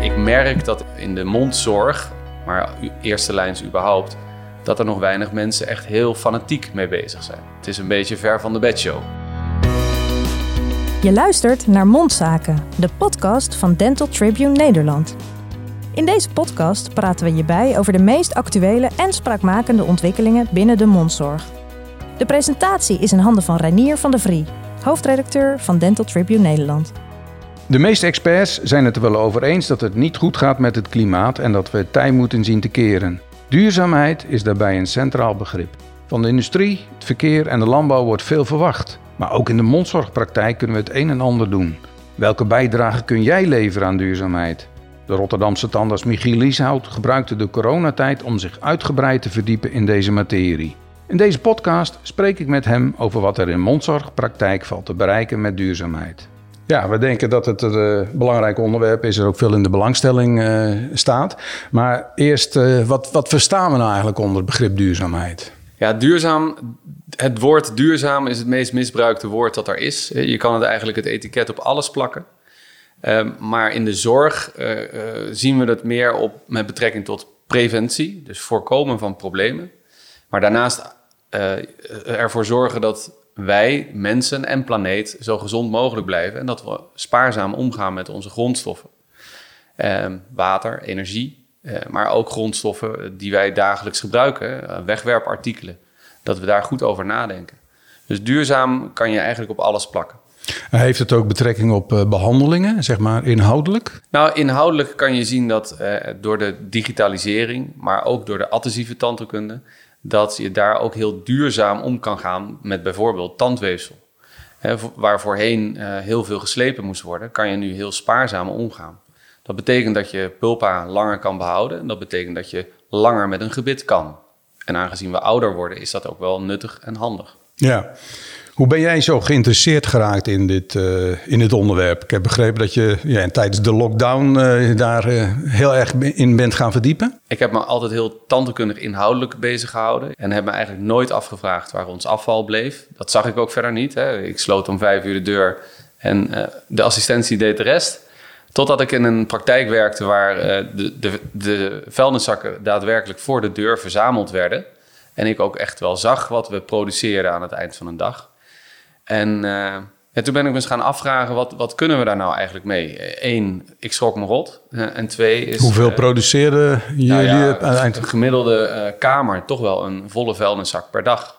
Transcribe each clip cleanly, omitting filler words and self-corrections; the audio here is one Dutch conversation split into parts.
Ik merk dat in de mondzorg, maar eerste lijns überhaupt, dat er nog weinig mensen echt heel fanatiek mee bezig zijn. Het is een beetje ver van de bedshow. Je luistert naar Mondzaken, de podcast van Dental Tribune Nederland. In deze podcast praten we je bij over de meest actuele en spraakmakende ontwikkelingen binnen de mondzorg. De presentatie is in handen van Reinier van der Vrie, hoofdredacteur van Dental Tribune Nederland. De meeste experts zijn het er wel over eens dat het niet goed gaat met het klimaat en dat we het tij moeten zien te keren. Duurzaamheid is daarbij een centraal begrip. Van de industrie, het verkeer en de landbouw wordt veel verwacht. Maar ook in de mondzorgpraktijk kunnen we het een en ander doen. Welke bijdrage kun jij leveren aan duurzaamheid? De Rotterdamse tandarts Michiel Lieshout gebruikte de coronatijd om zich uitgebreid te verdiepen in deze materie. In deze podcast spreek ik met hem over wat er in mondzorgpraktijk valt te bereiken met duurzaamheid. Ja, we denken dat het een belangrijk onderwerp is, er ook veel in de belangstelling staat. Maar eerst, wat verstaan we nou eigenlijk onder het begrip duurzaamheid? Ja, duurzaam. Het woord duurzaam is het meest misbruikte woord dat er is. Je kan het eigenlijk het etiket op alles plakken. Maar in de zorg zien we dat meer op met betrekking tot preventie, dus voorkomen van problemen. Maar daarnaast ervoor zorgen dat wij, mensen en planeet, zo gezond mogelijk blijven en dat we spaarzaam omgaan met onze grondstoffen. Water, energie, maar ook grondstoffen die wij dagelijks gebruiken, wegwerpartikelen. Dat we daar goed over nadenken. Dus duurzaam kan je eigenlijk op alles plakken. Heeft het ook betrekking op behandelingen, zeg maar inhoudelijk? Nou, inhoudelijk kan je zien dat door de digitalisering, maar ook door de adhesieve tandheelkunde, dat je daar ook heel duurzaam om kan gaan met bijvoorbeeld tandweefsel. Waar voorheen heel veel geslepen moest worden, kan je nu heel spaarzaam omgaan. Dat betekent dat je pulpa langer kan behouden en dat betekent dat je langer met een gebit kan. En aangezien we ouder worden, is dat ook wel nuttig en handig. Ja. Hoe ben jij zo geïnteresseerd geraakt in dit onderwerp? Ik heb begrepen dat je tijdens de lockdown daar heel erg in bent gaan verdiepen. Ik heb me altijd heel tandheelkundig inhoudelijk bezig gehouden. En heb me eigenlijk nooit afgevraagd waar ons afval bleef. Dat zag ik ook verder niet. Hè. Ik sloot om 5 uur de deur en de assistentie deed de rest. Totdat ik in een praktijk werkte waar de vuilniszakken daadwerkelijk voor de deur verzameld werden. En ik ook echt wel zag wat we produceerden aan het eind van een dag. En toen ben ik me eens gaan afvragen, wat kunnen we daar nou eigenlijk mee? 1, ik schrok me rot. En 2 is... Hoeveel produceerden jullie uiteindelijk? Een gemiddelde kamer, toch wel een volle vuilniszak per dag.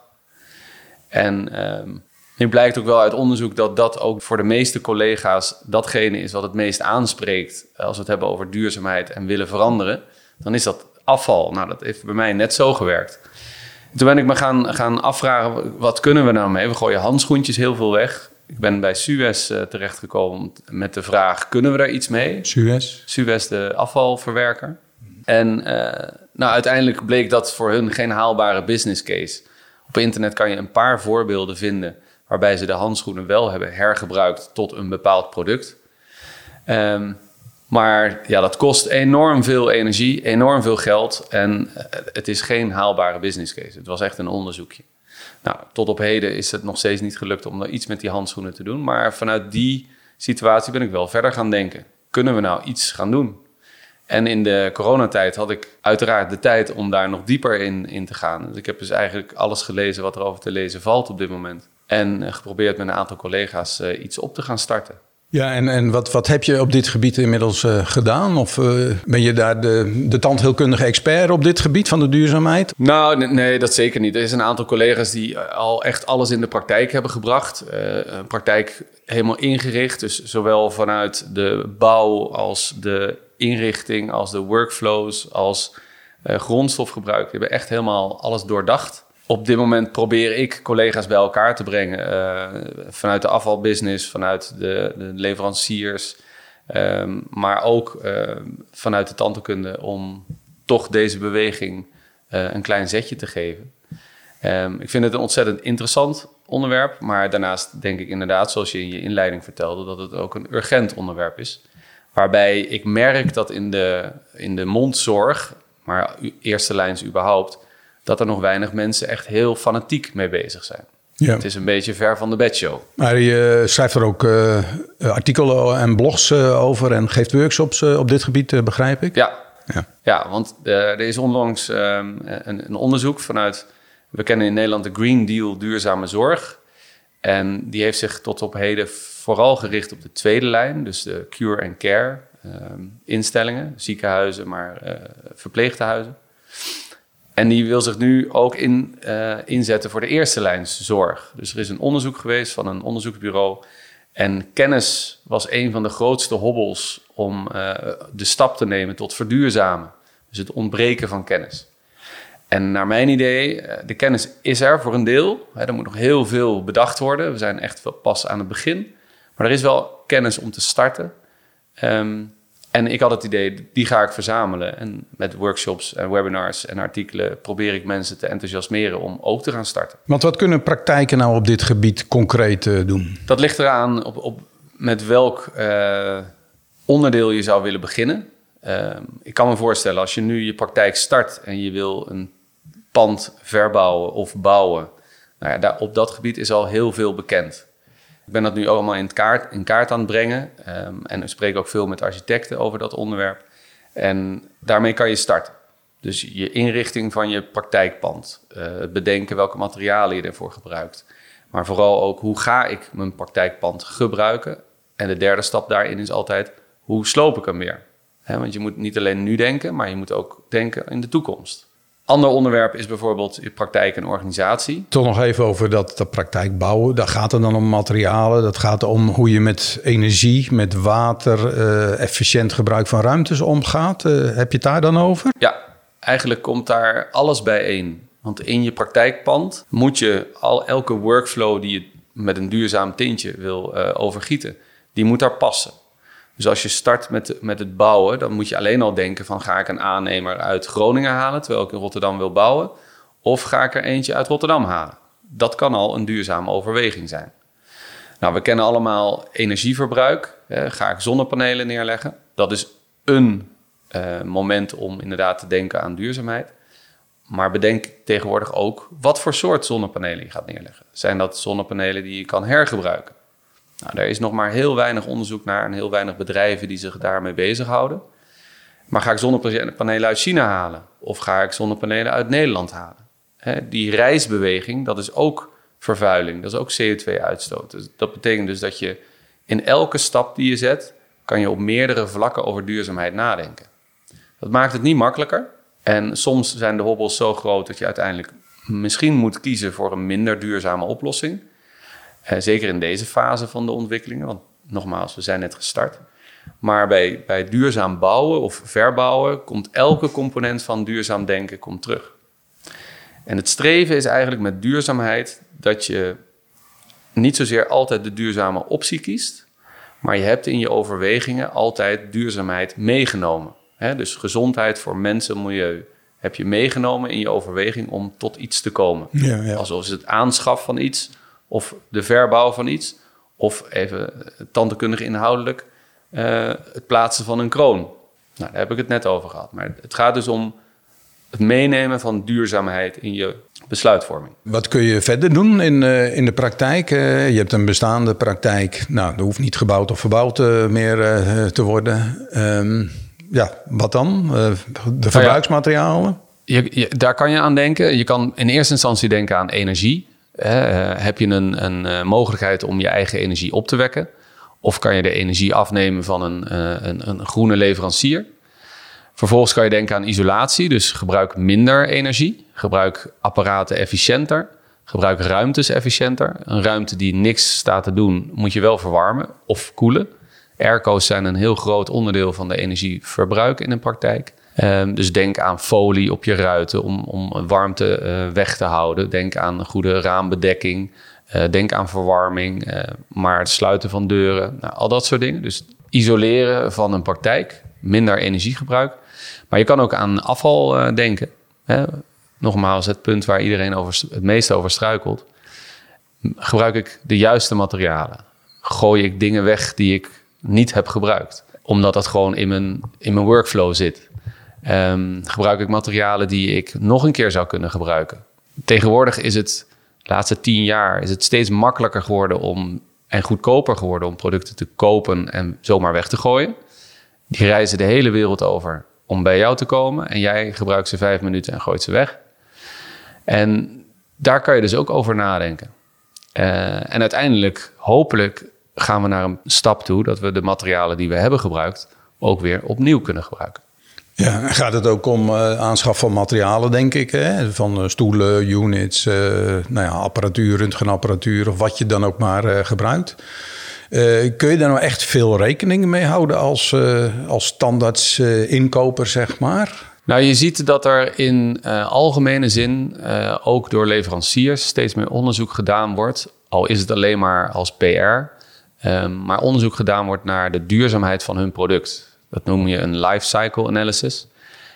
En nu blijkt ook wel uit onderzoek dat ook voor de meeste collega's datgene is wat het meest aanspreekt als we het hebben over duurzaamheid en willen veranderen. Dan is dat afval. Nou, dat heeft bij mij net zo gewerkt. Toen ben ik me gaan afvragen, wat kunnen we nou mee? We gooien handschoentjes heel veel weg. Ik ben bij Suez terechtgekomen met de vraag, kunnen we daar iets mee? Suez, de afvalverwerker. En uiteindelijk bleek dat voor hun geen haalbare business case. Op internet kan je een paar voorbeelden vinden waarbij ze de handschoenen wel hebben hergebruikt tot een bepaald product. Maar ja, dat kost enorm veel energie, enorm veel geld en het is geen haalbare business case. Het was echt een onderzoekje. Nou, tot op heden is het nog steeds niet gelukt om er iets met die handschoenen te doen. Maar vanuit die situatie ben ik wel verder gaan denken. Kunnen we nou iets gaan doen? En in de coronatijd had ik uiteraard de tijd om daar nog dieper in te gaan. Dus ik heb dus eigenlijk alles gelezen wat er over te lezen valt op dit moment. En geprobeerd met een aantal collega's iets op te gaan starten. Ja, en wat heb je op dit gebied inmiddels gedaan? Of ben je daar de tandheelkundige expert op dit gebied van de duurzaamheid? Nou, nee, dat zeker niet. Er is een aantal collega's die al echt alles in de praktijk hebben gebracht. Een praktijk helemaal ingericht. Dus zowel vanuit de bouw als de inrichting, als de workflows, als grondstofgebruik. Die hebben echt helemaal alles doordacht. Op dit moment probeer ik collega's bij elkaar te brengen. Vanuit de afvalbusiness, vanuit de leveranciers. Maar ook vanuit de tandheelkunde om toch deze beweging een klein zetje te geven. Ik vind het een ontzettend interessant onderwerp. Maar daarnaast denk ik inderdaad, zoals je in je inleiding vertelde, dat het ook een urgent onderwerp is. Waarbij ik merk dat in de mondzorg, maar eerste lijns überhaupt, dat er nog weinig mensen echt heel fanatiek mee bezig zijn. Ja. Het is een beetje ver van de bedshow. Maar je schrijft er ook artikelen en blogs over en geeft workshops op dit gebied, begrijp ik? Ja, want er is onlangs een onderzoek vanuit... We kennen in Nederland de Green Deal duurzame zorg. En die heeft zich tot op heden vooral gericht op de tweede lijn. Dus de cure en care instellingen, ziekenhuizen, maar verpleegtehuizen. En die wil zich nu ook inzetten voor de eerste lijns zorg. Dus er is een onderzoek geweest van een onderzoeksbureau. En kennis was een van de grootste hobbels om de stap te nemen tot verduurzamen. Dus het ontbreken van kennis. En naar mijn idee, de kennis is er voor een deel. Er moet nog heel veel bedacht worden. We zijn echt pas aan het begin. Maar er is wel kennis om te starten. En ik had het idee, die ga ik verzamelen. En met workshops en webinars en artikelen probeer ik mensen te enthousiasmeren om ook te gaan starten. Want wat kunnen praktijken nou op dit gebied concreet doen? Dat ligt eraan op met welk onderdeel je zou willen beginnen. Ik kan me voorstellen, als je nu je praktijk start en je wil een pand verbouwen of bouwen. Nou ja, op dat gebied is al heel veel bekend. Ik ben dat nu allemaal in kaart aan het brengen. En ik spreek ook veel met architecten over dat onderwerp. En daarmee kan je starten. Dus je inrichting van je praktijkpand. Het bedenken welke materialen je ervoor gebruikt. Maar vooral ook, hoe ga ik mijn praktijkpand gebruiken? En de derde stap daarin is altijd, hoe sloop ik hem weer? Want je moet niet alleen nu denken, maar je moet ook denken in de toekomst. Ander onderwerp is bijvoorbeeld je praktijk en organisatie. Toch nog even over dat praktijk bouwen. Daar gaat het dan om materialen. Dat gaat om hoe je met energie, met water, efficiënt gebruik van ruimtes omgaat. Heb je het daar dan over? Ja, eigenlijk komt daar alles bijeen. Want in je praktijkpand moet je elke workflow die je met een duurzaam tintje wil overgieten, die moet daar passen. Dus als je start met het bouwen, dan moet je alleen al denken van, ga ik een aannemer uit Groningen halen, terwijl ik in Rotterdam wil bouwen, of ga ik er eentje uit Rotterdam halen? Dat kan al een duurzame overweging zijn. Nou, we kennen allemaal energieverbruik. Ga ik zonnepanelen neerleggen? Dat is een moment om inderdaad te denken aan duurzaamheid. Maar bedenk tegenwoordig ook wat voor soort zonnepanelen je gaat neerleggen. Zijn dat zonnepanelen die je kan hergebruiken? Nou, er is nog maar heel weinig onderzoek naar en heel weinig bedrijven die zich daarmee bezighouden. Maar ga ik zonnepanelen uit China halen? Of ga ik zonnepanelen uit Nederland halen? Die reisbeweging, dat is ook vervuiling. Dat is ook CO2-uitstoot. Dus dat betekent dus dat je in elke stap die je zet, kan je op meerdere vlakken over duurzaamheid nadenken. Dat maakt het niet makkelijker. En soms zijn de hobbels zo groot dat je uiteindelijk misschien moet kiezen voor een minder duurzame oplossing. Zeker in deze fase van de ontwikkelingen, want nogmaals, we zijn net gestart. Maar bij duurzaam bouwen of verbouwen komt elke component van duurzaam denken terug. En het streven is eigenlijk met duurzaamheid dat je niet zozeer altijd de duurzame optie kiest, maar je hebt in je overwegingen altijd duurzaamheid meegenomen. Dus gezondheid voor mensen en milieu heb je meegenomen in je overweging om tot iets te komen. Ja. Alsof het aanschaf van iets, of de verbouw van iets, of even tandheelkundig inhoudelijk, het plaatsen van een kroon. Nou, daar heb ik het net over gehad. Maar het gaat dus om het meenemen van duurzaamheid in je besluitvorming. Wat kun je verder doen in de praktijk? Je hebt een bestaande praktijk. Nou, er hoeft niet gebouwd of verbouwd meer te worden. Wat dan? De verbruiksmaterialen? Daar kan je aan denken. Je kan in eerste instantie denken aan energie. Heb je een mogelijkheid om je eigen energie op te wekken? Of kan je de energie afnemen van een groene leverancier? Vervolgens kan je denken aan isolatie. Dus gebruik minder energie. Gebruik apparaten efficiënter. Gebruik ruimtes efficiënter. Een ruimte die niks staat te doen, moet je wel verwarmen of koelen. Airco's zijn een heel groot onderdeel van de energieverbruik in een praktijk. Dus denk aan folie op je ruiten om warmte weg te houden. Denk aan een goede raambedekking. Denk aan verwarming, maar het sluiten van deuren. Nou, al dat soort dingen. Dus isoleren van een praktijk, minder energiegebruik. Maar je kan ook aan afval denken. Nogmaals, het punt waar iedereen het meest over struikelt. Gebruik ik de juiste materialen? Gooi ik dingen weg die ik niet heb gebruikt? Omdat dat gewoon in mijn workflow zit. Gebruik ik materialen die ik nog een keer zou kunnen gebruiken? Tegenwoordig is het De laatste 10 jaar is het steeds makkelijker geworden en goedkoper geworden om producten te kopen en zomaar weg te gooien. Die reizen de hele wereld over om bij jou te komen en jij gebruikt ze 5 minuten en gooit ze weg. En daar kan je dus ook over nadenken. En uiteindelijk, hopelijk, gaan we naar een stap toe dat we de materialen die we hebben gebruikt ook weer opnieuw kunnen gebruiken. Ja, gaat het ook om aanschaf van materialen, denk ik? Hè? Van stoelen, units, apparatuur, röntgenapparatuur of wat je dan ook maar gebruikt. Kun je daar nou echt veel rekening mee houden als standaards inkoper, zeg maar? Nou, je ziet dat er in algemene zin ook door leveranciers steeds meer onderzoek gedaan wordt. Al is het alleen maar als PR. Maar onderzoek gedaan wordt naar de duurzaamheid van hun product. Dat noem je een life cycle analysis.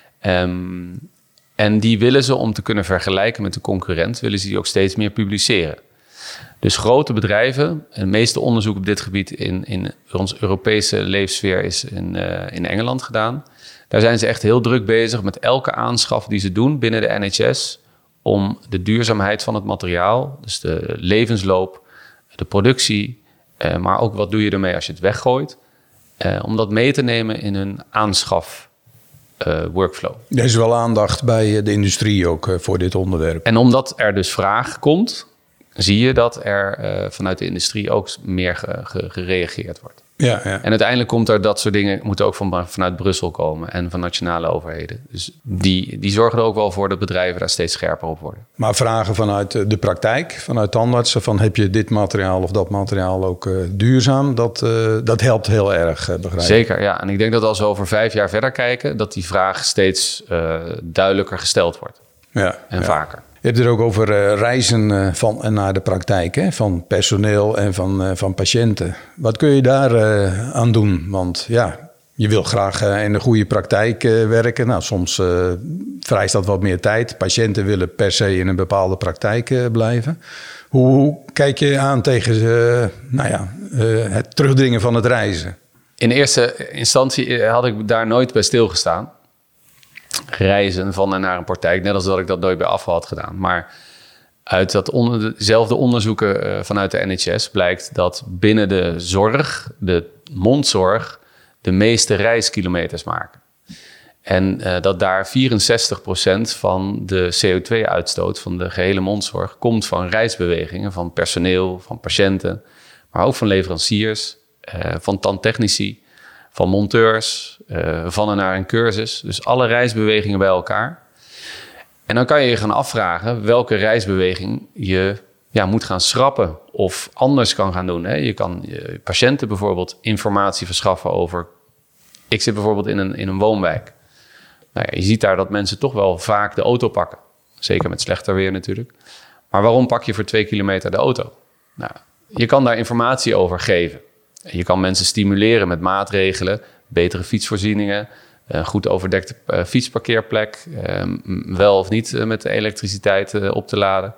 En die willen ze, om te kunnen vergelijken met de concurrent, willen ze die ook steeds meer publiceren. Dus grote bedrijven, en het meeste onderzoek op dit gebied in onze Europese leefsfeer is in Engeland gedaan. Daar zijn ze echt heel druk bezig met elke aanschaf die ze doen binnen de NHS om de duurzaamheid van het materiaal, dus de levensloop, de productie, maar ook wat doe je ermee als je het weggooit, om dat mee te nemen in hun aanschaf workflow. Er is wel aandacht bij de industrie ook voor dit onderwerp. En omdat er dus vraag komt, zie je dat er vanuit de industrie ook meer gereageerd wordt. Ja. En uiteindelijk komt er dat soort dingen, moeten ook vanuit Brussel komen en van nationale overheden. Dus die zorgen er ook wel voor dat bedrijven daar steeds scherper op worden. Maar vragen vanuit de praktijk, vanuit tandartsen, van heb je dit materiaal of dat materiaal ook duurzaam? Dat helpt heel erg, begrijp ik. Zeker, ja. En ik denk dat als we over 5 jaar verder kijken, dat die vraag steeds duidelijker gesteld wordt. Ja, en vaker. Je hebt het er ook over reizen van en naar de praktijk, hè? Van personeel en van patiënten. Wat kun je daar aan doen? Want ja, je wil graag in een goede praktijk werken. Nou, soms vereist dat wat meer tijd. Patiënten willen per se in een bepaalde praktijk blijven. Hoe kijk je aan tegen het terugdringen van het reizen? In eerste instantie had ik daar nooit bij stilgestaan. Reizen van en naar een praktijk, net als dat ik dat nooit bij afval had gedaan. Maar uit dezelfde onderzoeken vanuit de NHS blijkt dat binnen de zorg, de mondzorg, de meeste reiskilometers maken. En dat daar 64% van de CO2-uitstoot van de gehele mondzorg komt van reisbewegingen, van personeel, van patiënten, maar ook van leveranciers, van tandtechnici, van monteurs, van en naar een cursus. Dus alle reisbewegingen bij elkaar. En dan kan je je gaan afvragen welke reisbeweging je moet gaan schrappen of anders kan gaan doen. Hè? Je kan je patiënten bijvoorbeeld informatie verschaffen over... Ik zit bijvoorbeeld in een woonwijk. Nou ja, je ziet daar dat mensen toch wel vaak de auto pakken. Zeker met slechter weer natuurlijk. Maar waarom pak je voor 2 kilometer de auto? Nou, je kan daar informatie over geven. Je kan mensen stimuleren met maatregelen, betere fietsvoorzieningen, goed overdekte fietsparkeerplek, wel of niet met de elektriciteit op te laden.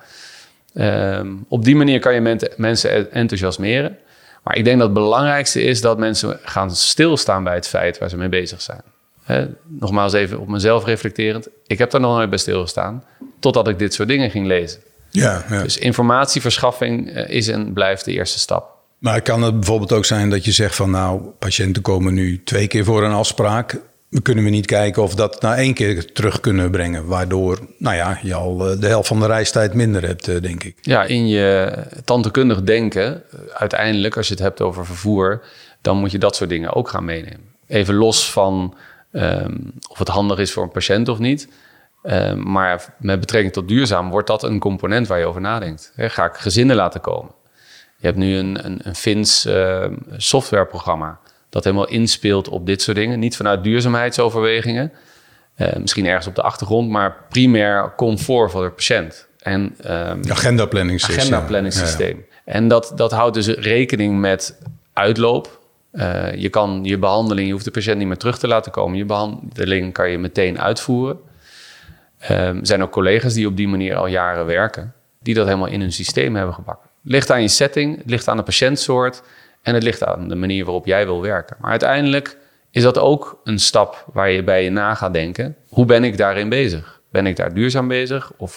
Op die manier kan je mensen enthousiasmeren. Maar ik denk dat het belangrijkste is dat mensen gaan stilstaan bij het feit waar ze mee bezig zijn. Nogmaals even op mezelf reflecterend. Ik heb daar nog nooit bij stilgestaan, totdat ik dit soort dingen ging lezen. Ja. Dus informatieverschaffing is en blijft de eerste stap. Maar kan het bijvoorbeeld ook zijn dat je zegt van patiënten komen nu 2 keer voor een afspraak. We kunnen niet kijken of dat 1 keer terug kunnen brengen. Waardoor je al de helft van de reistijd minder hebt, denk ik. Ja, in je tandheelkundig denken, uiteindelijk als je het hebt over vervoer, dan moet je dat soort dingen ook gaan meenemen. Even los van of het handig is voor een patiënt of niet. Maar met betrekking tot duurzaam wordt dat een component waar je over nadenkt. Ga ik gezinnen laten komen? Je hebt nu een Fins softwareprogramma dat helemaal inspeelt op dit soort dingen. Niet vanuit duurzaamheidsoverwegingen. Misschien ergens op de achtergrond, maar primair comfort voor de patiënt. En agendaplanningssysteem. Ja. En dat houdt dus rekening met uitloop. Je kan je behandeling, je hoeft de patiënt niet meer terug te laten komen. Je behandeling kan je meteen uitvoeren. Er zijn ook collega's die op die manier al jaren werken, die dat helemaal in hun systeem hebben gebakken. Het ligt aan je setting, het ligt aan de patiëntsoort en het ligt aan de manier waarop jij wil werken. Maar uiteindelijk is dat ook een stap waar je bij je na gaat denken. Hoe ben ik daarin bezig? Ben ik daar duurzaam bezig? Of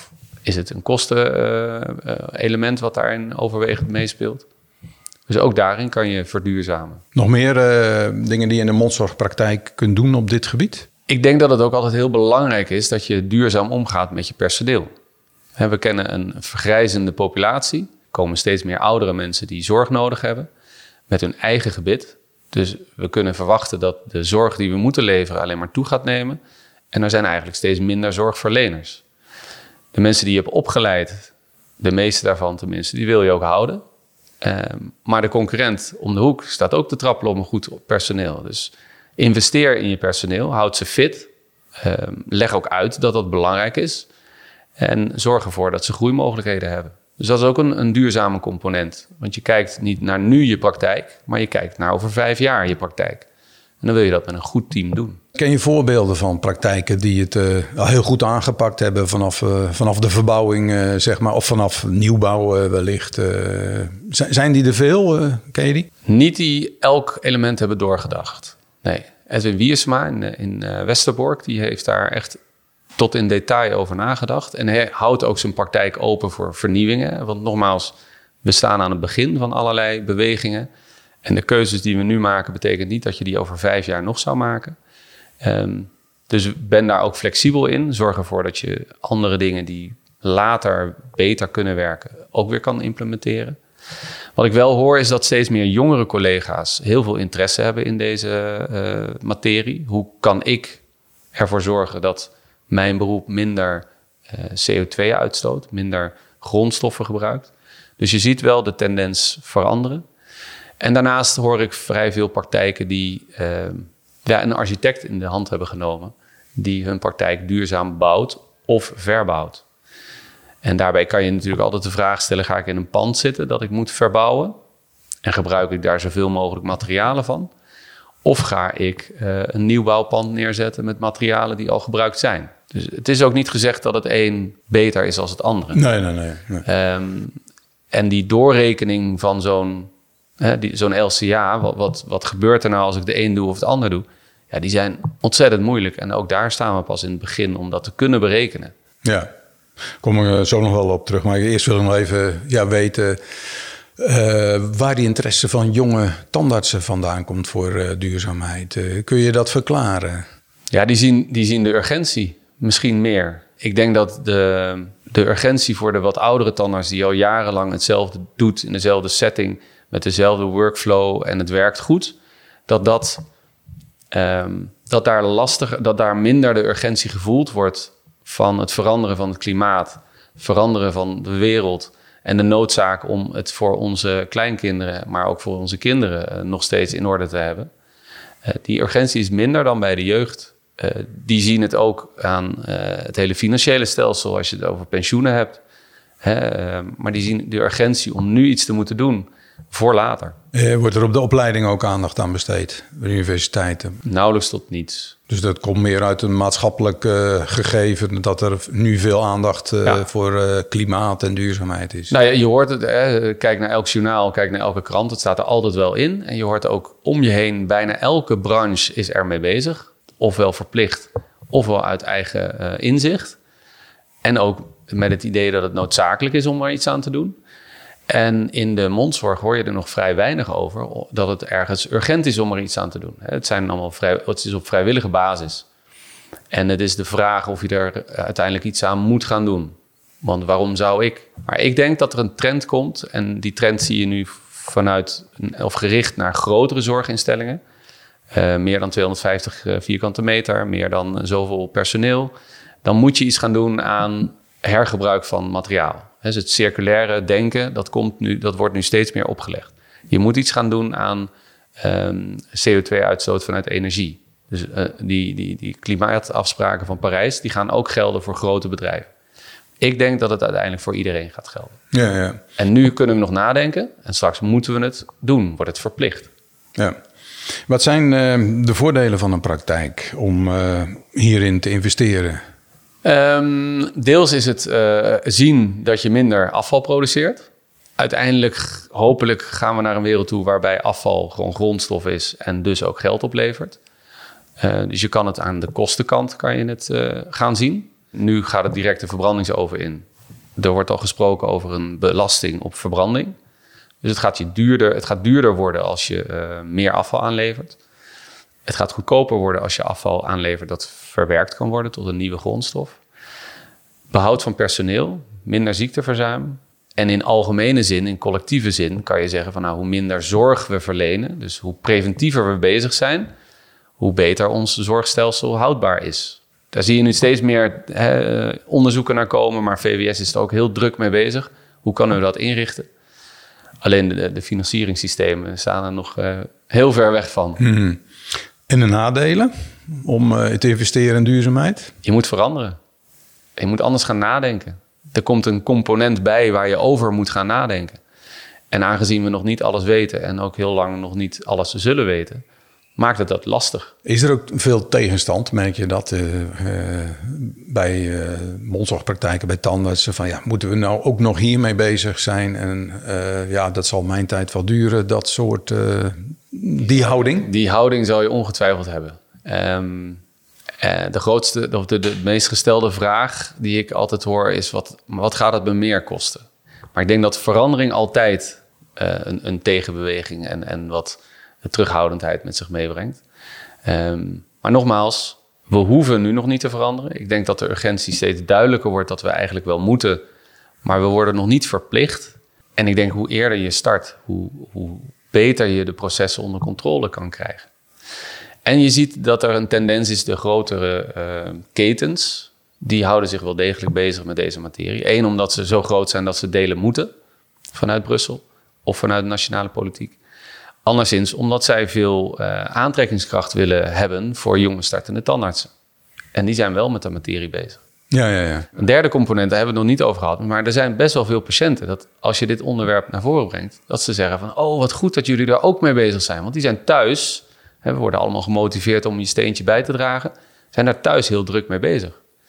Is het een kostenelement wat daarin overwegend meespeelt? Dus ook daarin kan je verduurzamen. Nog meer dingen die je in de mondzorgpraktijk kunt doen op dit gebied? Ik denk dat het ook altijd heel belangrijk is dat je duurzaam omgaat met je personeel. We kennen een vergrijzende populatie. Er komen steeds meer oudere mensen die zorg nodig hebben met hun eigen gebit. Dus we kunnen verwachten dat de zorg die we moeten leveren alleen maar toe gaat nemen. En er zijn eigenlijk steeds minder zorgverleners. De mensen die je hebt opgeleid, de meeste daarvan tenminste, die wil je ook houden. Maar de concurrent om de hoek staat ook te trappelen op een goed personeel. Dus investeer in je personeel, houd ze fit. Leg ook uit dat dat belangrijk is. En zorg ervoor dat ze groeimogelijkheden hebben. Dus dat is ook een duurzame component. Want je kijkt niet naar nu je praktijk, maar je kijkt naar over 5 jaar je praktijk. En dan wil je dat met een goed team doen. Ken je voorbeelden van praktijken die het al heel goed aangepakt hebben vanaf de verbouwing, zeg maar, of vanaf nieuwbouw wellicht? Zijn die er veel? Ken je die? Niet die elk element hebben doorgedacht. Nee. Edwin Wiersma in Westerbork, die heeft daar echt tot in detail over nagedacht. En hij houdt ook zijn praktijk open voor vernieuwingen. Want nogmaals, we staan aan het begin van allerlei bewegingen. En de keuzes die we nu maken betekent niet dat je die over 5 jaar nog zou maken. Dus ben daar ook flexibel in. Zorg ervoor dat je andere dingen die later beter kunnen werken ook weer kan implementeren. Wat ik wel hoor is dat steeds meer jongere collega's heel veel interesse hebben in deze materie. Hoe kan ik ervoor zorgen dat mijn beroep minder CO2 uitstoot, minder grondstoffen gebruikt? Dus je ziet wel de tendens veranderen. En daarnaast hoor ik vrij veel praktijken die een architect in de hand hebben genomen, die hun praktijk duurzaam bouwt of verbouwt. En daarbij kan je natuurlijk altijd de vraag stellen, ga ik in een pand zitten dat ik moet verbouwen? En gebruik ik daar zoveel mogelijk materialen van? Of ga ik een nieuwbouwpand neerzetten met materialen die al gebruikt zijn? Dus het is ook niet gezegd dat het een beter is dan het andere. Nee. En die doorrekening van zo'n LCA, wat gebeurt er nou als ik de een doe of het ander doe? Ja, die zijn ontzettend moeilijk. En ook daar staan we pas in het begin om dat te kunnen berekenen. Ja, kom ik zo nog wel op terug. Maar eerst wil ik nog even weten waar die interesse van jonge tandartsen vandaan komt voor duurzaamheid. Kun je dat verklaren? Ja, die zien de urgentie misschien meer. Ik denk dat de urgentie voor de wat oudere tandarts die al jarenlang hetzelfde doet in dezelfde setting, met dezelfde workflow en het werkt goed, dat daar minder de urgentie gevoeld wordt van het veranderen van het klimaat, veranderen van de wereld en de noodzaak om het voor onze kleinkinderen, maar ook voor onze kinderen nog steeds in orde te hebben. Die urgentie is minder dan bij de jeugd. Die zien het ook aan het hele financiële stelsel als je het over pensioenen hebt. Maar die zien de urgentie om nu iets te moeten doen voor later. Wordt er op de opleiding ook aandacht aan besteed bij de universiteiten? Nauwelijks tot niets. Dus dat komt meer uit een maatschappelijk gegeven dat er nu veel aandacht voor klimaat en duurzaamheid is. Nou ja, je hoort het, kijk naar elk journaal, kijk naar elke krant, het staat er altijd wel in. En je hoort ook om je heen, bijna elke branche is ermee bezig. Ofwel verplicht, ofwel uit eigen inzicht. En ook met het idee dat het noodzakelijk is om er iets aan te doen. En in de mondzorg hoor je er nog vrij weinig over dat het ergens urgent is om er iets aan te doen. Het is op vrijwillige basis. En het is de vraag of je er uiteindelijk iets aan moet gaan doen. Want waarom zou ik? Maar ik denk dat er een trend komt. En die trend zie je nu gericht naar grotere zorginstellingen. Meer dan 250 vierkante meter, meer dan zoveel personeel. Dan moet je iets gaan doen aan hergebruik van materiaal. Dus het circulaire denken, dat wordt nu steeds meer opgelegd. Je moet iets gaan doen aan CO2-uitstoot vanuit energie. Dus die klimaatafspraken van Parijs, die gaan ook gelden voor grote bedrijven. Ik denk dat het uiteindelijk voor iedereen gaat gelden. Ja. En nu kunnen we nog nadenken en straks moeten we het doen, wordt het verplicht. Ja. Wat zijn de voordelen van een praktijk om hierin te investeren? Deels is het zien dat je minder afval produceert. Uiteindelijk, hopelijk gaan we naar een wereld toe waarbij afval gewoon grondstof is en dus ook geld oplevert. Dus je kan het aan de kostenkant gaan zien. Nu gaat het direct de verbrandingsoven in. Er wordt al gesproken over een belasting op verbranding. Dus het gaat duurder worden als je meer afval aanlevert. Het gaat goedkoper worden als je afval aanlevert dat verwerkt kan worden tot een nieuwe grondstof. Behoud van personeel, minder ziekteverzuim. En in algemene zin, in collectieve zin, kan je zeggen van hoe minder zorg we verlenen, dus hoe preventiever we bezig zijn, hoe beter ons zorgstelsel houdbaar is. Daar zie je nu steeds meer onderzoeken naar komen, maar VWS is er ook heel druk mee bezig. Hoe kunnen we dat inrichten? Alleen de financieringssystemen staan er nog heel ver weg van. Mm-hmm. En de nadelen om te investeren in duurzaamheid? Je moet veranderen. Je moet anders gaan nadenken. Er komt een component bij waar je over moet gaan nadenken. En aangezien we nog niet alles weten en ook heel lang nog niet alles zullen weten, maakt het dat lastig. Is er ook veel tegenstand? Merk je dat bij mondzorgpraktijken, bij tandartsen? Van moeten we nou ook nog hiermee bezig zijn? En dat zal mijn tijd wel duren. Dat soort, die houding? Die houding zal je ongetwijfeld hebben. De meest gestelde vraag die ik altijd hoor is: wat gaat het me meer kosten? Maar ik denk dat verandering altijd een tegenbeweging en wat terughoudendheid met zich meebrengt. Maar nogmaals, we hoeven nu nog niet te veranderen. Ik denk dat de urgentie steeds duidelijker wordt dat we eigenlijk wel moeten, maar we worden nog niet verplicht. En ik denk hoe eerder je start, hoe beter je de processen onder controle kan krijgen. En je ziet dat er een tendens is, de grotere ketens, die houden zich wel degelijk bezig met deze materie. Eén, omdat ze zo groot zijn dat ze delen moeten vanuit Brussel of vanuit de nationale politiek. Anderszins omdat zij veel aantrekkingskracht willen hebben voor jonge startende tandartsen. En die zijn wel met de materie bezig. Ja. Een derde component, daar hebben we het nog niet over gehad. Maar er zijn best wel veel patiënten dat als je dit onderwerp naar voren brengt, dat ze zeggen van, wat goed dat jullie daar ook mee bezig zijn. Want die zijn thuis, we worden allemaal gemotiveerd om je steentje bij te dragen, zijn daar thuis heel druk mee bezig.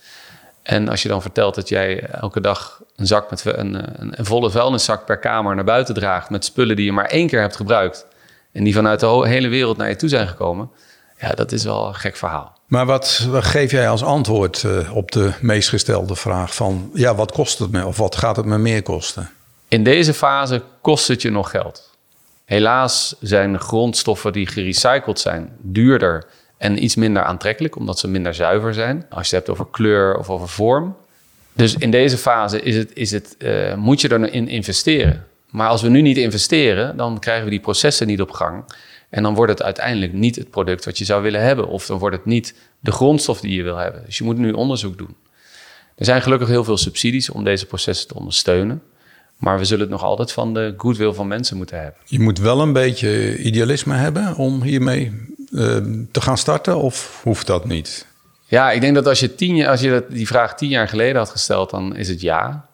En als je dan vertelt dat jij elke dag een zak met een volle vuilniszak per kamer naar buiten draagt met spullen die je maar 1 keer hebt gebruikt en die vanuit de hele wereld naar je toe zijn gekomen, dat is wel een gek verhaal. Maar wat geef jij als antwoord op de meest gestelde vraag van, wat kost het me of wat gaat het me meer kosten? In deze fase kost het je nog geld. Helaas zijn grondstoffen die gerecycled zijn duurder en iets minder aantrekkelijk, omdat ze minder zuiver zijn. Als je het hebt over kleur of over vorm. Dus in deze fase moet je erin investeren. Maar als we nu niet investeren, dan krijgen we die processen niet op gang. En dan wordt het uiteindelijk niet het product wat je zou willen hebben. Of dan wordt het niet de grondstof die je wil hebben. Dus je moet nu onderzoek doen. Er zijn gelukkig heel veel subsidies om deze processen te ondersteunen. Maar we zullen het nog altijd van de goodwill van mensen moeten hebben. Je moet wel een beetje idealisme hebben om hiermee te gaan starten, of hoeft dat niet? Ja, ik denk dat als je die vraag 10 jaar geleden had gesteld, dan is het ja.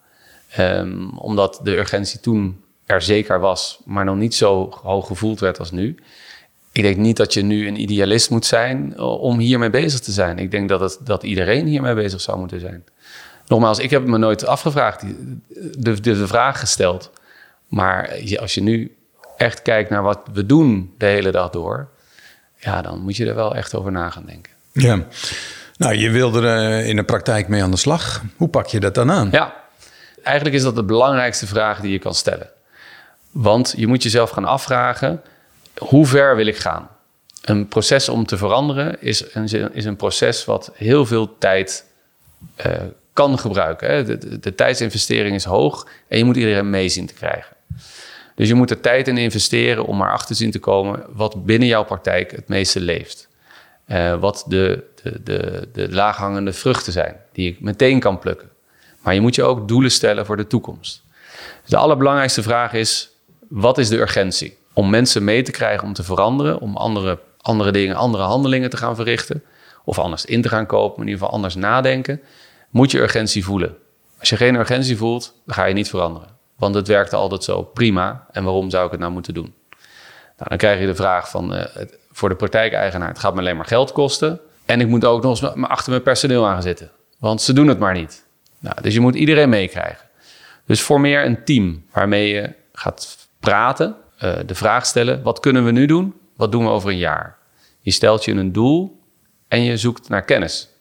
Omdat de urgentie toen er zeker was, maar nog niet zo hoog gevoeld werd als nu. Ik denk niet dat je nu een idealist moet zijn om hiermee bezig te zijn. Ik denk dat iedereen hiermee bezig zou moeten zijn. Nogmaals, ik heb me nooit afgevraagd, de vraag gesteld. Maar als je nu echt kijkt naar wat we doen de hele dag door, dan moet je er wel echt over na gaan denken. Ja, nou, je wil er in de praktijk mee aan de slag. Hoe pak je dat dan aan? Ja, eigenlijk is dat de belangrijkste vraag die je kan stellen. Want je moet jezelf gaan afvragen, hoe ver wil ik gaan? Een proces om te veranderen is een proces wat heel veel tijd kan gebruiken. Hè? De tijdsinvestering is hoog en je moet iedereen mee zien te krijgen. Dus je moet er tijd in investeren om maar achter zien te komen wat binnen jouw praktijk het meeste leeft. Wat de laaghangende vruchten zijn die je meteen kan plukken. Maar je moet je ook doelen stellen voor de toekomst. Dus de allerbelangrijkste vraag is, wat is de urgentie? Om mensen mee te krijgen om te veranderen, om andere dingen, andere handelingen te gaan verrichten, of anders in te gaan kopen, in ieder geval anders nadenken, moet je urgentie voelen. Als je geen urgentie voelt, dan ga je niet veranderen. Want het werkte altijd zo prima. En waarom zou ik het nou moeten doen? Nou, dan krijg je de vraag van voor de praktijkeigenaar, het gaat me alleen maar geld kosten. En ik moet ook nog eens achter mijn personeel aan gaan zitten. Want ze doen het maar niet. Nou, dus je moet iedereen meekrijgen. Dus formeer een team waarmee je gaat praten, de vraag stellen, wat kunnen we nu doen? Wat doen we over een jaar? Je stelt je een doel en je zoekt naar kennis.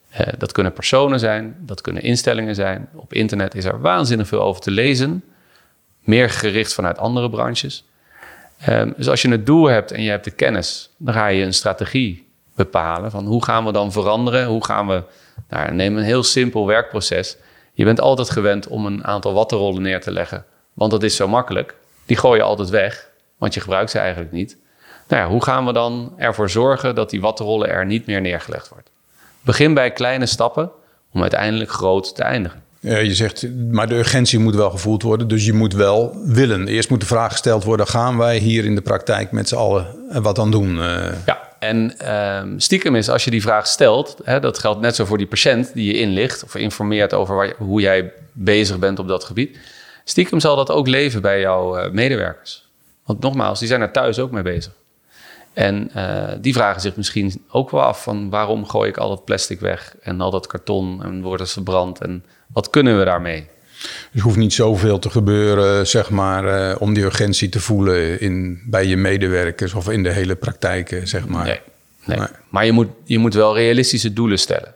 Dat kunnen personen zijn, dat kunnen instellingen zijn. Op internet is er waanzinnig veel over te lezen. Meer gericht vanuit andere branches. Dus als je het doel hebt en je hebt de kennis, dan ga je een strategie bepalen van hoe gaan we dan veranderen? Hoe gaan we, neem een heel simpel werkproces. Je bent altijd gewend om een aantal wattenrollen neer te leggen, want dat is zo makkelijk. Die gooi je altijd weg, want je gebruikt ze eigenlijk niet. Hoe gaan we dan ervoor zorgen dat die wattenrollen er niet meer neergelegd wordt? Begin bij kleine stappen om uiteindelijk groot te eindigen. Je zegt, maar de urgentie moet wel gevoeld worden. Dus je moet wel willen. Eerst moet de vraag gesteld worden, gaan wij hier in de praktijk met z'n allen wat aan doen? Ja, en stiekem is als je die vraag stelt, dat geldt net zo voor die patiënt die je inlicht of informeert over hoe jij bezig bent op dat gebied. Stiekem zal dat ook leven bij jouw medewerkers. Want nogmaals, die zijn er thuis ook mee bezig. En die vragen zich misschien ook wel af van waarom gooi ik al dat plastic weg en al dat karton en wordt het verbrand en wat kunnen we daarmee? Er hoeft niet zoveel te gebeuren, zeg maar, om die urgentie te voelen bij je medewerkers of in de hele praktijk, zeg maar. Nee. Maar je moet wel realistische doelen stellen.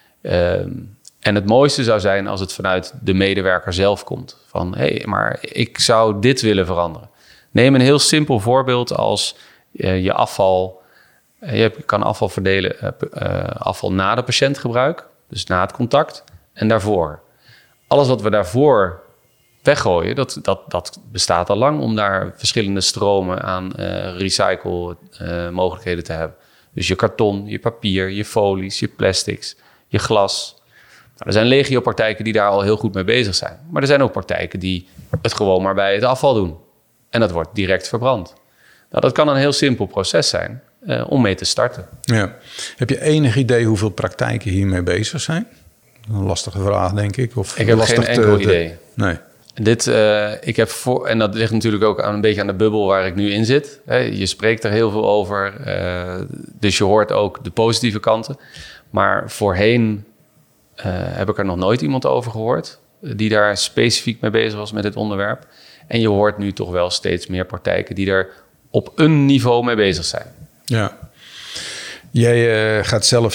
En het mooiste zou zijn als het vanuit de medewerker zelf komt. Van, maar ik zou dit willen veranderen. Neem een heel simpel voorbeeld als je afval. Je kan afval verdelen, afval na de patiëntgebruik, dus na het contact, en daarvoor. Alles wat we daarvoor weggooien, dat bestaat al lang om daar verschillende stromen aan recycle mogelijkheden te hebben. Dus je karton, je papier, je folies, je plastics, je glas. Er zijn legio praktijken die daar al heel goed mee bezig zijn. Maar er zijn ook praktijken die het gewoon maar bij het afval doen. En dat wordt direct verbrand. Dat kan een heel simpel proces zijn om mee te starten. Ja. Heb je enig idee hoeveel praktijken hiermee bezig zijn? Een lastige vraag, denk ik. Of ik heb geen enkel idee. Nee. Ik heb en dat ligt natuurlijk ook een beetje aan de bubbel waar ik nu in zit. Je spreekt er heel veel over. Dus je hoort ook de positieve kanten. Maar voorheen heb ik er nog nooit iemand over gehoord die daar specifiek mee bezig was met dit onderwerp. En je hoort nu toch wel steeds meer praktijken die er op een niveau mee bezig zijn. Ja. Jij gaat zelf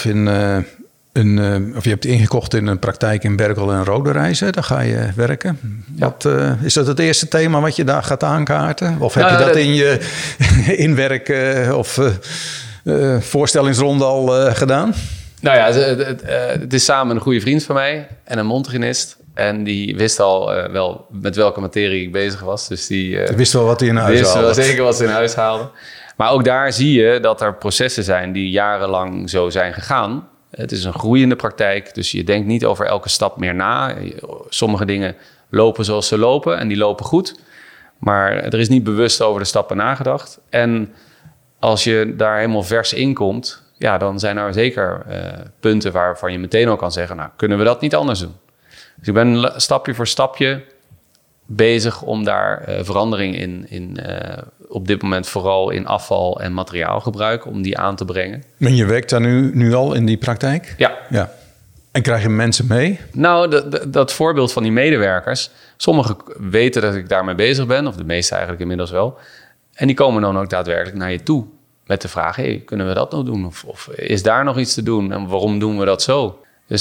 of je hebt ingekocht in een praktijk in Berkel en Roderijs. Daar ga je werken. Ja. Is dat het eerste thema wat je daar gaat aankaarten? Of heb je dat in je inwerk of voorstellingsronde al gedaan? Nou ja, het is samen een goede vriend van mij en een mondhygiënist. En die wist al wel met welke materie ik bezig was. Dus die wist wel wat hij in huis haalde. Wist wel zeker wat ze in huis haalde. Maar ook daar zie je dat er processen zijn die jarenlang zo zijn gegaan. Het is een groeiende praktijk, dus je denkt niet over elke stap meer na. Sommige dingen lopen zoals ze lopen en die lopen goed. Maar er is niet bewust over de stappen nagedacht. En als je daar helemaal vers in komt, ja, dan zijn er zeker punten waarvan je meteen al kan zeggen, nou, kunnen we dat niet anders doen? Dus ik ben stapje voor stapje bezig om daar verandering in op dit moment vooral in afval- en materiaalgebruik, om die aan te brengen. En je werkt daar nu al in die praktijk? Ja. En krijg je mensen mee? Nou, dat voorbeeld van die medewerkers, sommigen weten dat ik daarmee bezig ben, of de meeste eigenlijk inmiddels wel. En die komen dan ook daadwerkelijk naar je toe met de vraag, kunnen we dat nog doen? Of is daar nog iets te doen? En waarom doen we dat zo? Dus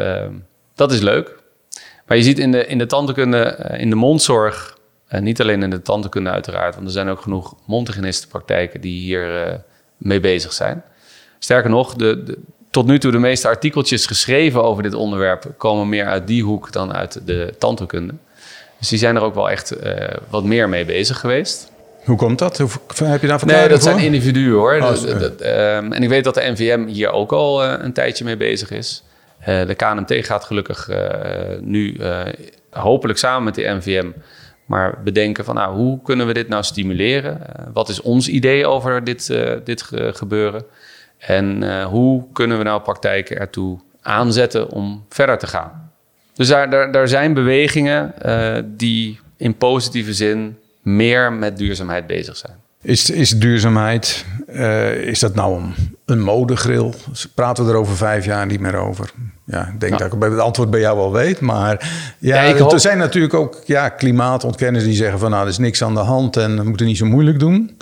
dat is leuk. Maar je ziet in de tandheelkunde, in de mondzorg, niet alleen in de tandheelkunde uiteraard, want er zijn ook genoeg mondhygiënistenpraktijken die hier mee bezig zijn. Sterker nog, tot nu toe de meeste artikeltjes geschreven over dit onderwerp komen meer uit die hoek dan uit de tandheelkunde. Dus die zijn er ook wel echt wat meer mee bezig geweest. Hoe komt dat? Heb je daar verklaring Nee, dat voor? zijn individuen hoor. En ik weet dat de NVM hier ook al een tijdje mee bezig is. De KNMT gaat gelukkig nu hopelijk samen met de NVM maar bedenken van hoe kunnen we dit nou stimuleren? Wat is ons idee over dit gebeuren? En hoe kunnen we nou praktijken ertoe aanzetten om verder te gaan? Dus daar zijn bewegingen die in positieve zin meer met duurzaamheid bezig zijn. Is duurzaamheid, is dat nou een modegril? Praten we er over 5 jaar niet meer over? Ja, ik denk dat ik het antwoord bij jou wel weet. Maar er zijn natuurlijk ook klimaatontkenners die zeggen van er is niks aan de hand en we moeten niet zo moeilijk doen.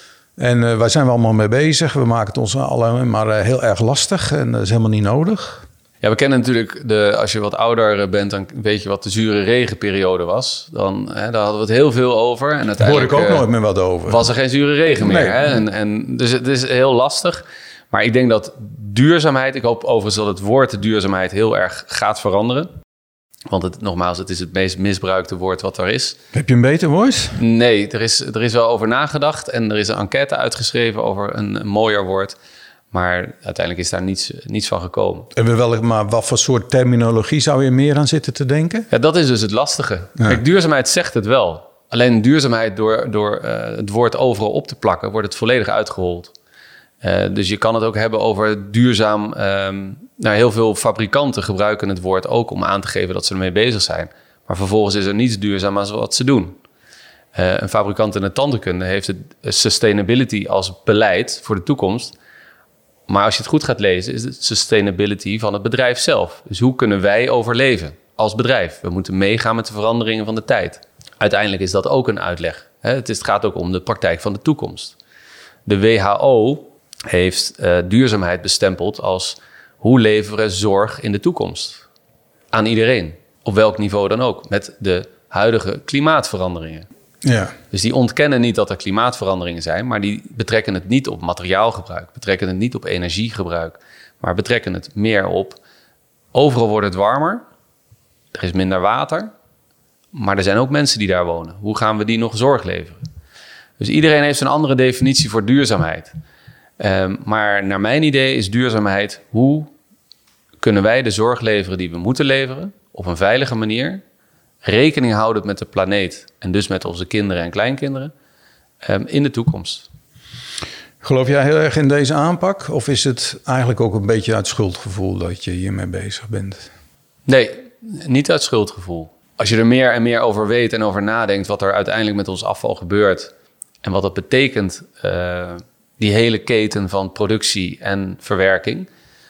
En waar zijn we allemaal mee bezig? We maken het ons alleen maar heel erg lastig en dat is helemaal niet nodig. Ja, we kennen natuurlijk, als je wat ouder bent, dan weet je wat de zure regenperiode was. Daar hadden we het heel veel over. En uiteindelijk hoor ik ook nooit meer wat over. Was er geen zure regen meer. Nee. Hè? Dus het is heel lastig. Maar ik denk dat duurzaamheid, ik hoop overigens dat het woord duurzaamheid heel erg gaat veranderen. Want het is het meest misbruikte woord wat er is. Heb je een beter woord? Nee, er is wel over nagedacht. En er is een enquête uitgeschreven over een mooier woord. Maar uiteindelijk is daar niets van gekomen. Maar wat voor soort terminologie zou je meer aan zitten te denken? Ja, dat is dus het lastige. Ja. Kijk, duurzaamheid zegt het wel. Alleen duurzaamheid door het woord overal op te plakken, wordt het volledig uitgehold. Dus je kan het ook hebben over duurzaam. Heel veel fabrikanten gebruiken het woord ook om aan te geven dat ze ermee bezig zijn. Maar vervolgens is er niets duurzaam aan wat ze doen. Een fabrikant in de tandheelkunde heeft het sustainability als beleid voor de toekomst. Maar als je het goed gaat lezen, is het sustainability van het bedrijf zelf. Dus hoe kunnen wij overleven als bedrijf? We moeten meegaan met de veranderingen van de tijd. Uiteindelijk is dat ook een uitleg. Het gaat ook om de praktijk van de toekomst. De WHO heeft duurzaamheid bestempeld als hoe leveren zorg in de toekomst aan iedereen. Op welk niveau dan ook, met de huidige klimaatveranderingen. Ja. Dus die ontkennen niet dat er klimaatveranderingen zijn, maar die betrekken het niet op materiaalgebruik, betrekken het niet op energiegebruik, maar betrekken het meer op overal wordt het warmer, er is minder water, maar er zijn ook mensen die daar wonen. Hoe gaan we die nog zorg leveren? Dus iedereen heeft een andere definitie voor duurzaamheid. Maar naar mijn idee is duurzaamheid, hoe kunnen wij de zorg leveren die we moeten leveren op een veilige manier, rekening houdend met de planeet en dus met onze kinderen en kleinkinderen in de toekomst. Geloof jij heel erg in deze aanpak? Of is het eigenlijk ook een beetje uit schuldgevoel dat je hiermee bezig bent? Nee, niet uit schuldgevoel. Als je er meer en meer over weet en over nadenkt wat er uiteindelijk met ons afval gebeurt en wat dat betekent, die hele keten van productie en verwerking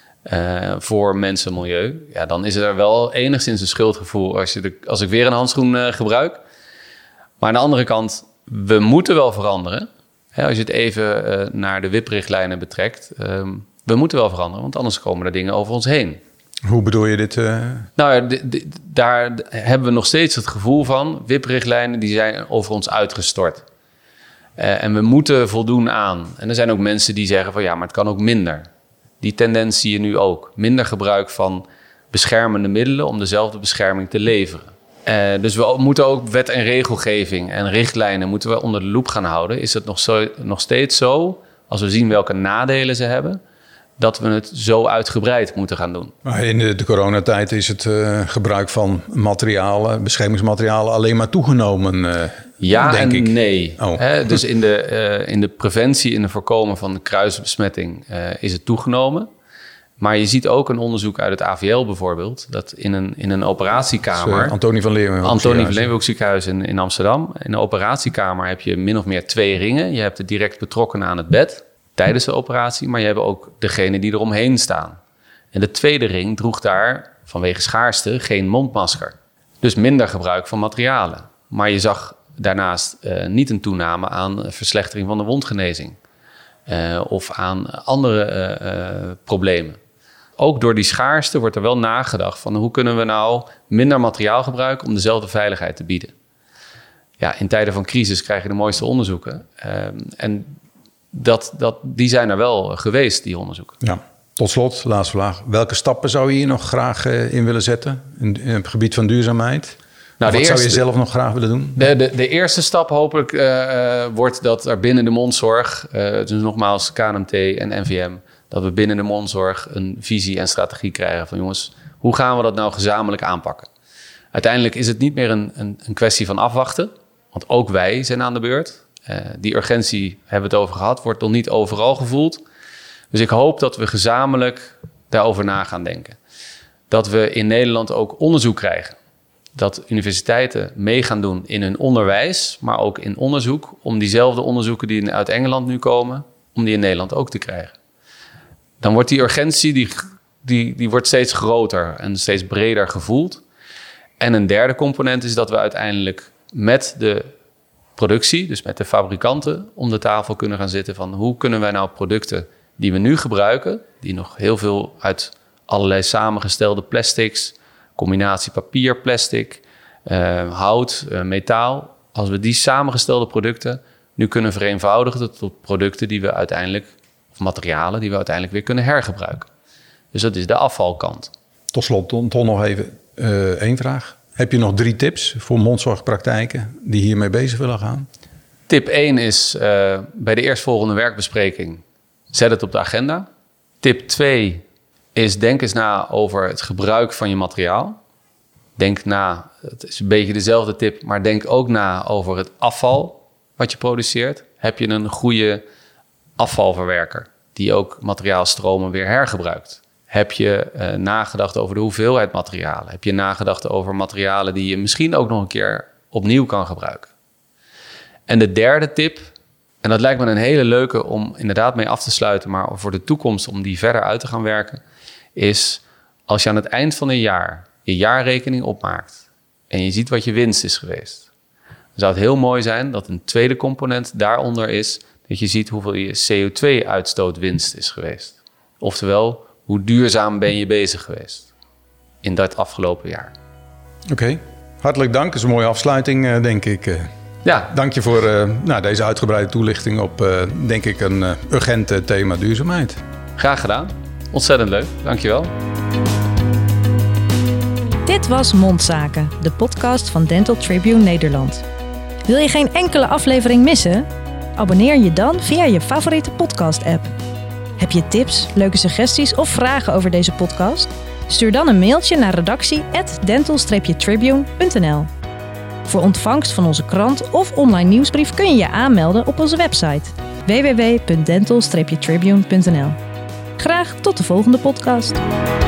voor mensen en milieu, ja, dan is er wel enigszins een schuldgevoel als ik weer een handschoen gebruik. Maar aan de andere kant, we moeten wel veranderen. Als je het even naar de WIP-richtlijnen betrekt, we moeten wel veranderen, want anders komen er dingen over ons heen. Hoe bedoel je dit? Nou ja, daar hebben we nog steeds het gevoel van, WIP-richtlijnen die zijn over ons uitgestort. En we moeten voldoen aan. En er zijn ook mensen die zeggen van ja, maar het kan ook minder. Die tendens zie je nu ook. Minder gebruik van beschermende middelen om dezelfde bescherming te leveren. Dus we moeten ook wet en regelgeving en richtlijnen moeten we onder de loep gaan houden. Is het nog steeds zo, als we zien welke nadelen ze hebben, dat we het zo uitgebreid moeten gaan doen? Maar in de coronatijd is het gebruik van materialen, beschermingsmaterialen alleen maar toegenomen. Ja denk en ik. nee. Oh. Dus in de preventie, in het voorkomen van de kruisbesmetting is het toegenomen. Maar je ziet ook een onderzoek uit het AVL bijvoorbeeld, dat in een operatiekamer... Antonie van Leeuwenhoek ziekenhuis in Amsterdam. In de operatiekamer heb je min of meer 2 ringen. Je hebt de direct betrokkenen aan het bed tijdens de operatie, maar je hebt ook degene die eromheen staan. En de tweede ring droeg daar vanwege schaarste geen mondmasker. Dus minder gebruik van materialen. Maar je zag daarnaast niet een toename aan verslechtering van de wondgenezing. Of aan andere problemen. Ook door die schaarste wordt er wel nagedacht van hoe kunnen we nou minder materiaal gebruiken om dezelfde veiligheid te bieden. Ja, in tijden van crisis krijg je de mooiste onderzoeken. En die zijn er wel geweest, die onderzoeken. Ja. Tot slot, laatste vraag. Welke stappen zou je hier nog graag in willen zetten in het gebied van duurzaamheid? Nou, wat zou je zelf nog graag willen doen? De eerste stap hopelijk wordt dat er binnen de mondzorg, dus nogmaals KNMT en NVM, dat we binnen de mondzorg een visie en strategie krijgen van jongens, hoe gaan we dat nou gezamenlijk aanpakken? Uiteindelijk is het niet meer een kwestie van afwachten, want ook wij zijn aan de beurt. Die urgentie hebben we het over gehad, wordt nog niet overal gevoeld. Dus ik hoop dat we gezamenlijk daarover na gaan denken. Dat we in Nederland ook onderzoek krijgen. Dat universiteiten mee gaan doen in hun onderwijs, maar ook in onderzoek, om diezelfde onderzoeken die uit Engeland nu komen, om die in Nederland ook te krijgen. Dan wordt die urgentie, die wordt steeds groter en steeds breder gevoeld. En een derde component is dat we uiteindelijk met de productie, dus met de fabrikanten, om de tafel kunnen gaan zitten van hoe kunnen wij nou producten die we nu gebruiken, die nog heel veel uit allerlei samengestelde plastics, combinatie papier, plastic, hout, metaal. Als we die samengestelde producten nu kunnen vereenvoudigen tot producten die we uiteindelijk, of materialen die we uiteindelijk weer kunnen hergebruiken. Dus dat is de afvalkant. Tot slot, Ton, nog even één vraag. Heb je nog 3 tips voor mondzorgpraktijken die hiermee bezig willen gaan? Tip 1 is bij de eerstvolgende werkbespreking, zet het op de agenda. Tip 2 is denk eens na over het gebruik van je materiaal. Denk na, het is een beetje dezelfde tip, maar denk ook na over het afval wat je produceert. Heb je een goede afvalverwerker die ook materiaalstromen weer hergebruikt? Heb je nagedacht over de hoeveelheid materialen? Heb je nagedacht over materialen die je misschien ook nog een keer opnieuw kan gebruiken? En de derde tip, en dat lijkt me een hele leuke om inderdaad mee af te sluiten, maar voor de toekomst om die verder uit te gaan werken, is als je aan het eind van een jaar je jaarrekening opmaakt en je ziet wat je winst is geweest, dan zou het heel mooi zijn dat een tweede component daaronder is dat je ziet hoeveel je CO2-uitstootwinst is geweest. Oftewel, hoe duurzaam ben je bezig geweest in dat afgelopen jaar. Oké. Hartelijk dank. Dat is een mooie afsluiting, denk ik. Ja. Dank je voor deze uitgebreide toelichting op, denk ik, een urgent thema duurzaamheid. Graag gedaan. Ontzettend leuk. Dankjewel. Dit was Mondzaken, de podcast van Dental Tribune Nederland. Wil je geen enkele aflevering missen? Abonneer je dan via je favoriete podcast-app. Heb je tips, leuke suggesties of vragen over deze podcast? Stuur dan een mailtje naar redactie@dental-tribune.nl. Voor ontvangst van onze krant of online nieuwsbrief kun je je aanmelden op onze website www.dental-tribune.nl. Graag tot de volgende podcast.